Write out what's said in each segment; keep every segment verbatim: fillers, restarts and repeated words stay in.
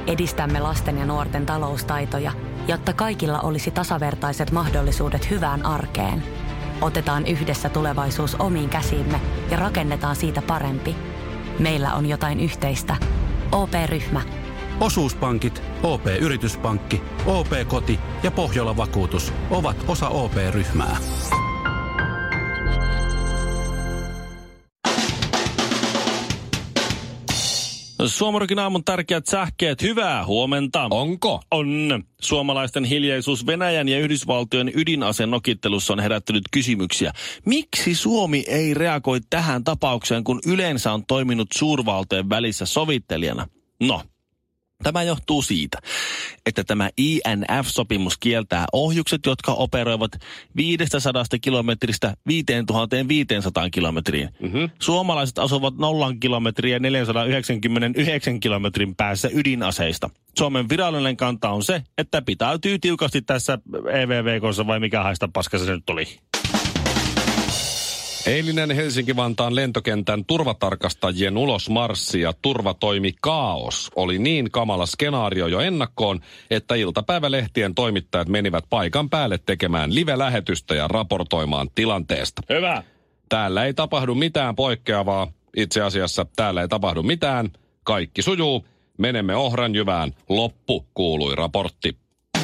edistämme lasten ja nuorten taloustaitoja, jotta kaikilla olisi tasavertaiset mahdollisuudet hyvään arkeen. Otetaan yhdessä tulevaisuus omiin käsiimme ja rakennetaan siitä parempi. Meillä on jotain yhteistä. O P-ryhmä. Osuuspankit, O P-yrityspankki, O P-koti ja Pohjola Vakuutus ovat osa O P-ryhmää. Suomarokin aamun tärkeät sähkeet, hyvää huomenta. Onko? On. Suomalaisten hiljaisuus Venäjän ja Yhdysvaltojen ydinaseen nokittelussa on herättänyt kysymyksiä. Miksi Suomi ei reagoi tähän tapaukseen, kun yleensä on toiminut suurvaltojen välissä sovittelijana? No. Tämä johtuu siitä, että tämä I N F-sopimus kieltää ohjukset, jotka operoivat viisisataa kilometristä viisituhattaviisisataa kilometriin. Mm-hmm. Suomalaiset asuvat nollan kilometriä ja neljäsataayhdeksänkymmentäyhdeksän kilometrin päässä ydinaseista. Suomen virallinen kanta on se, että pitäytyy tiukasti tässä E V V-kossa vai mikä haista paska se nyt oli. Eilinen Helsinki-Vantaan lentokentän turvatarkastajien ulosmarssi ja turvatoimi kaos oli niin kamala skenaario jo ennakkoon, että iltapäivälehtien toimittajat menivät paikan päälle tekemään live-lähetystä ja raportoimaan tilanteesta. Hyvä. Täällä ei tapahdu mitään poikkeavaa. Itse asiassa täällä ei tapahdu mitään. Kaikki sujuu. Menemme ohranjyvään. Loppu, kuului raportti.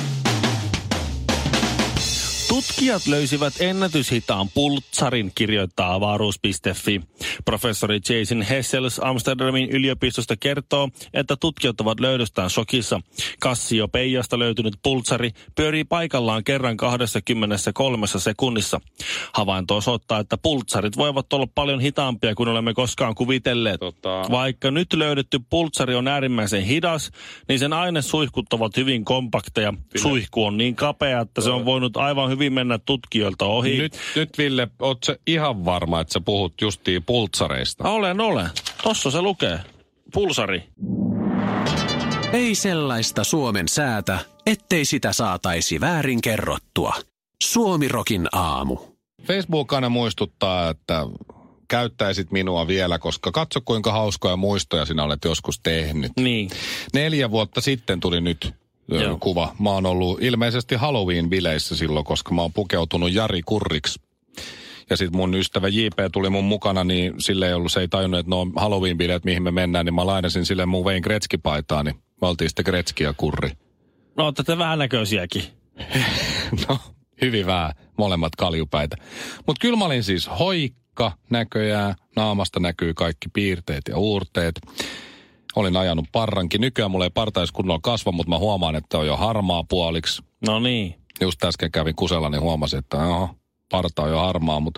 Tutkijat löysivät ennätyshitaan pultsarin, kirjoittaa avaruus piste fi. Professori Jason Hessels Amsterdamin yliopistosta kertoo, että tutkijat ovat löydöstään shokissa. Kassiopeiasta löytynyt pultsari pyörii paikallaan kerran kaksikymmentäkolme sekunnissa. Havainto osoittaa, että pultsarit voivat olla paljon hitaampia kuin olemme koskaan kuvitelleet. Tota... Vaikka nyt löydetty pultsari on äärimmäisen hidas, niin sen ainesuihkut ovat hyvin kompakteja. Ville. Suihku on niin kapea, että se on voinut aivan hyvin mennä tutkijoilta ohi. Nyt, nyt Ville, oot sä ihan varma, että sä puhut justiin pultsareista? Olen, olen. Tossa se lukee. Pulsari. Ei sellaista Suomen säätä, ettei sitä saataisi väärin kerrottua. Suomirokin aamu. Facebook aina muistuttaa, että käyttäisit minua vielä, koska katso kuinka hauskoja muistoja sinä olet joskus tehnyt. Niin. Neljä vuotta sitten tuli nyt Joo. kuva. Mä oon ollut ilmeisesti Halloween-bileissä silloin, koska mä oon pukeutunut Jari Kurriksi. Ja sit mun ystävä J P tuli mun mukana, niin sille ei ollut, se ei tajunnut, että no Halloween-bileet, mihin me mennään, niin mä lainasin sille mun Wayne Gretzky-paitaa, niin me oltiin sitten Gretzky ja Kurri. No, ootte te vähän näköisiäkin. No, hyvin vähän. Molemmat kaljupäitä. Mut kyllä mä olin siis hoikka näköjään. Naamasta näkyy kaikki piirteet ja uurteet. Olin ajanut parrankin. Nykyään mulla ei partais kunnolla kasva, mutta mä huomaan, että on jo harmaa puoliksi. No niin. Just äsken kävin kusella, niin huomasin, että oho, parta on jo harmaa, mutta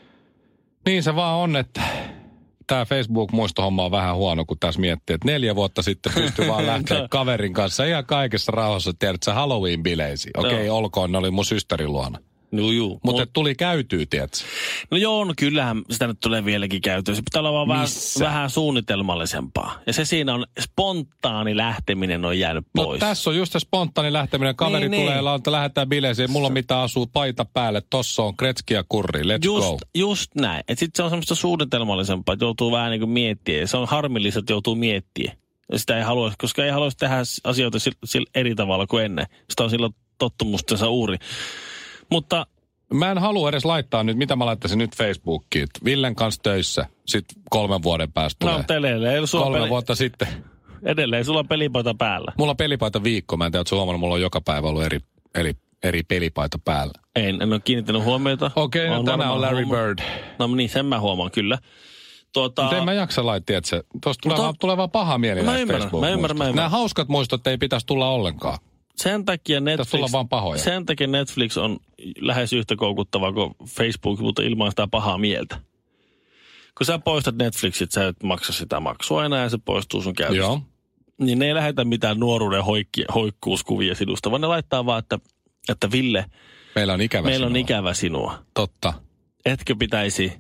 niin se vaan on, että tämä Facebook-muistohomma on vähän huono, kun tässä miettii, että neljä vuotta sitten pystyi vaan lähteä kaverin kanssa ihan kaikessa rauhassa, tiedät sä, Halloween-bileisiin. Okei, okay, olkoon, ne oli mun systerin luona. No juu. Mutta Mut... tuli käytyä, tiedätkö? No joo, no kyllähän sitä nyt tulee vieläkin käytyä. Se pitää olla vaan vähän, vähän suunnitelmallisempaa. Ja se siinä on, spontaani lähteminen on jäänyt pois. No tässä on just se spontaani lähteminen. Kaveri niin, tulee, niin. lähdetään bileisiin. Mulla on mitä asuu paita päälle. Tossa on Gretzky ja Kurri. Let's just, go. Just näin. Että sitten se on semmoista suunnitelmallisempaa, että joutuu vähän niin kuin miettimään. Se on harmillista, että joutuu miettimään. Sitä ei halua, koska ei halua tehdä asioita sillä, sillä eri tavalla kuin ennen. Sitä on silloin tottumustensa uuri. Mutta mä en halua edes laittaa nyt, mitä mä laittaisin nyt Facebookiin. Villen kanssa töissä, sitten kolmen vuoden päästä tulee. No, edelleen. Kolme peli... vuotta sitten. Edelleen, sulla on pelipaita päällä. Mulla on pelipaita viikko. Mä en tiedä, että huomannut, mulla on joka päivä ollut eri, eri, eri pelipaita päällä. En, en ole kiinnittänyt huomiota. Okei, okay, no tänään on Larry huomaan. Bird. No niin, sen mä huomaan kyllä. Tuota... Mutta en mä jaksa laittaa, että se, tuosta tulee, vaan, tulee vaan paha mieli näistä Facebook-muistoista. Mä ymmärrän, mä ymmärrän. Nämä hauskat muistot ei pitäisi tulla ollenkaan. Sen takia, Netflix, vaan sen takia Netflix on lähes yhtä koukuttava kuin Facebook, mutta ilman sitä pahaa mieltä. Kun sä poistat Netflixit, sä et maksa sitä maksua enää ja se poistuu sun käytöstä. Joo. Niin ne ei lähetä mitään nuoruuden hoikki, hoikkuuskuvia sinusta, vaan ne laittaa vaan, että, että Ville, meillä on ikävä meillä sinua. on ikävä sinua. Totta. Etkö pitäisi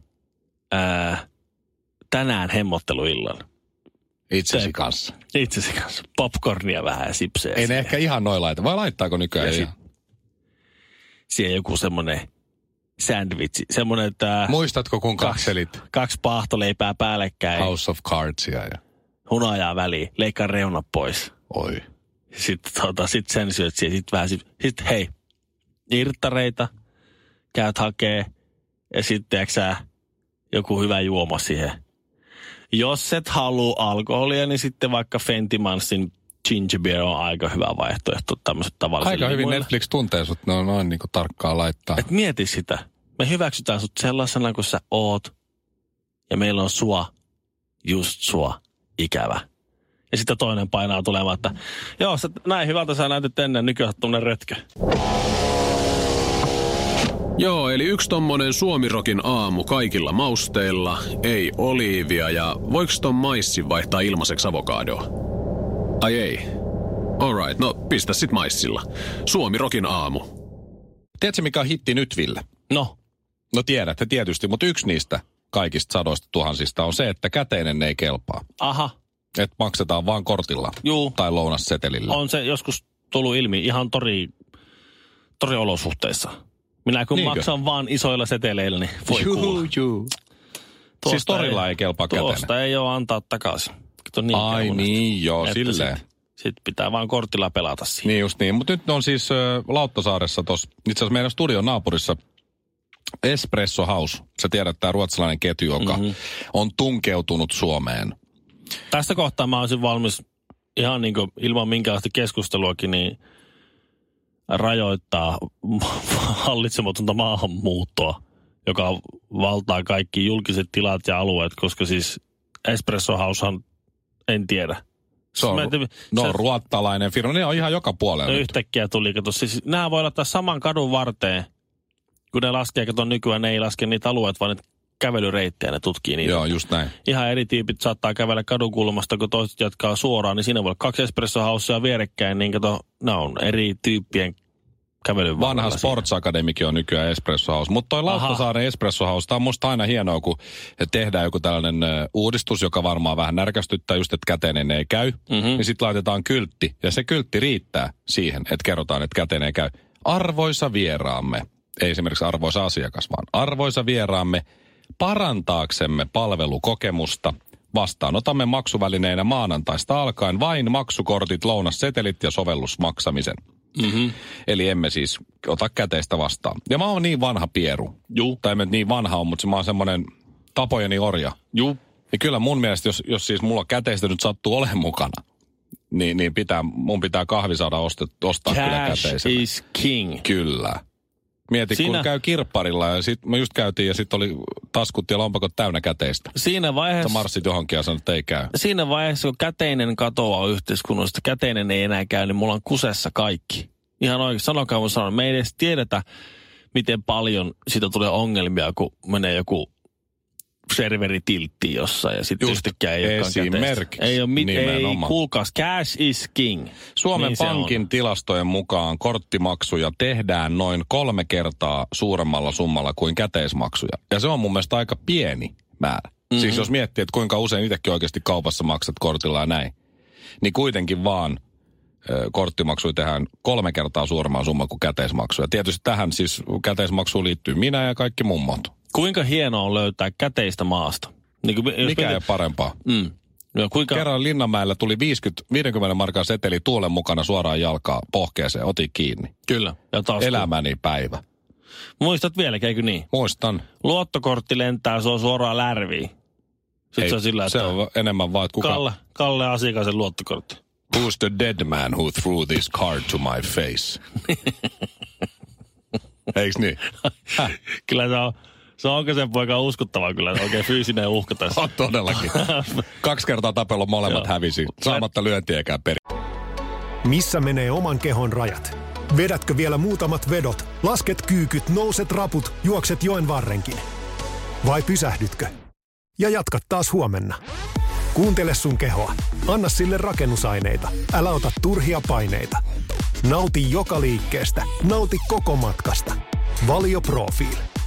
ää, tänään hemmotteluillan? Itsesi kanssa. Itsesi kanssa. Popcornia vähän ja sipsejä. Ei ne ehkä ihan noin laita. Vai laittaako nykyään ihan? Siellä joku semmoinen sandwichi. Semmoinen, että... Muistatko kun kakselit? Kaksi, kaksi paahtoleipää päällekkäin. House of Cardsia ja... Hunajaa väliin. Leikkaa reunat pois. Oi. Sitten tota, sit sen syöt siihen. Sitten vähän, sit, sit hei, irttareita käyt hakee. Ja sitten sä joku hyvä juoma siihen. Jos et halua alkoholia, niin sitten vaikka Fentimansin ginger beer on aika hyvä vaihtoehto tämmöiset tavalliset. Aika hyvin limuille. Netflix tuntee sut, ne on noin niin kuin tarkkaan laittaa. Et mieti sitä. Me hyväksytään sut sellaisena kuin sä oot. Ja meillä on sua, just sua, ikävä. Ja sitten toinen painaa tulemaan, että joo, sä, näin hyvältä sä näytit ennen, nykyään tuommoinen rötkö. Joo, eli yksi tommonen Suomirokin aamu kaikilla mausteilla, ei oliivia ja voiko ton maissin vaihtaa ilmaiseksi avokadoa? Ai ei. Alright, no pistä sit maissilla. Suomirokin aamu. Tiedätkö mikä on hitti nyt, Ville? No? No tiedätte tietysti, mutta yksi niistä kaikista sadoista tuhansista on se, että käteinen ei kelpaa. Aha. Että maksetaan vaan kortilla. Juu. Tai lounassetelillä. On se joskus tullut ilmi ihan tori, toriolosuhteissa. Minä kun Niinkö? maksan vaan isoilla seteleillä, niin voi juu, kuulla. Juu. Siis torilla ei, ei kelpaa käteen. Tuosta ei ole antaa takaisin. Niin Ai niin, joo, silleen. Sitten sit pitää vaan kortilla pelata siihen. Niin just niin, mutta nyt on siis äh, Lauttasaaressa tuossa, itse asiassa meidän studion naapurissa Espresso House. Sä tiedät, tämä ruotsalainen ketju, joka mm-hmm. on tunkeutunut Suomeen. Tästä kohtaa mä olisin valmis ihan niin kuin ilman minkäänlaista keskusteluakin, niin rajoittaa hallitsematonta maahanmuuttoa, joka valtaa kaikki julkiset tilat ja alueet, koska siis Espresso Househan en tiedä. Se on, Mä, no se, ruottalainen firma, ne on ihan joka puolella. No yhtäkkiä tuli, kato, siis nämä voi laittaa saman kadun varteen, kun ne laskee, kato nykyään ne ei laske niitä alueet, vaan ne kävelyreittejä, ne tutkii niitä. Joo, just näin. Ihan eri tyypit saattaa kävellä kadunkulmasta, kun toiset jatkaa suoraan, niin siinä voi olla kaksi Espresso Housea vierekkäin, niin kato, ne on eri tyyppien kävelyn vanha Sports Academikin on nykyään Espresso House. Mutta toi Lauttasaaren Espresso House, tämä on musta aina hienoa, kun tehdään joku tällainen uudistus, joka varmaan vähän närkästyttää, just että käteinen ei käy. Mm-hmm. Niin sitten laitetaan kyltti, ja se kyltti riittää siihen, että kerrotaan, että käteinen ei käy. Arvoisa vieraamme, ei esimerkiksi arvoisa asiakas, vaan arvoisa vieraamme, parantaaksemme palvelukokemusta, vastaanotamme maksuvälineinä maanantaista alkaen vain maksukortit, lounassetelit ja sovellusmaksamisen. Mm-hmm. Eli emme siis ota käteistä vastaan. Ja mä oon niin vanha pieru. Juu. Tai en niin vanha on, mutta mä oon semmonen tapojeni orja. Juu. Ja kyllä mun mielestä, jos, jos siis mulla käteistä nyt sattuu olemaan mukana, niin, niin pitää, mun pitää kahvi saada ostet, ostaa Cash kyllä käteisellä. Cash is king. Kyllä. Mieti, Siinä... kun käy kirpparilla ja sit mä just käytiin ja sit oli taskut ja lompakot täynnä käteistä. Siinä vaiheessa... Sä marssit johonkin ja sanoit, että ei käy. Siinä vaiheessa, kun käteinen katoaa yhteiskunnasta, käteinen ei enää käy, niin mulla on kusessa kaikki. Ihan oikein, sanokaa mun sanon. Me ei edes tiedetä, miten paljon siitä tulee ongelmia, kun menee joku serveri tilttiin jossain ja sitten yhtäkkiä ei olekaan käteistä. Ei ole mitään, ei kuulkaas, cash is king. Suomen niin Pankin tilastojen mukaan korttimaksuja tehdään noin kolme kertaa suuremmalla summalla kuin käteismaksuja. Ja se on mun mielestä aika pieni määrä. Mm-hmm. Siis jos miettii, että kuinka usein itsekin oikeasti kaupassa maksat kortilla ja näin, niin kuitenkin vaan korttimaksuja tehdään kolme kertaa suuremman summan kuin käteismaksuja. Tietysti tähän siis käteismaksuun liittyy minä ja kaikki mummot. Kuinka hienoa on löytää käteistä maasta? Niin kuin, Mikä mietit... ei ole parempaa. Mm. No, kuinka... Kerran Linnanmäellä tuli viisikymmentä, viisikymmentä markan seteli tuulen mukana suoraan jalkaa pohkeeseen, otin kiinni. Kyllä. Ja taas elämäni kun... päivä. Muistat vieläkin, eikö niin? Muistan. Luottokortti lentää, se on suoraan lärviin. Sitten ei, se on sillä, että... Se on enemmän vaan, että kuka... Kalle, Kalle asiakasen luottokortti. Who's the dead man who threw this card to my face? Eiks niin? Häh? Kyllä se on... Se onko sen poika uskottava kyllä, oikein fyysinen uhka tässä. On todellakin. Kaksi kertaa tapellut molemmat hävisi, saamatta lyöntiäkään perin. Missä menee oman kehon rajat? Vedätkö vielä muutamat vedot, lasket kyykyt, nouset raput, juokset joen varrenkin? Vai pysähdytkö? Ja jatkat taas huomenna. Kuuntele sun kehoa. Anna sille rakennusaineita. Älä ota turhia paineita. Nauti joka liikkeestä. Nauti koko matkasta. Valio Profiil.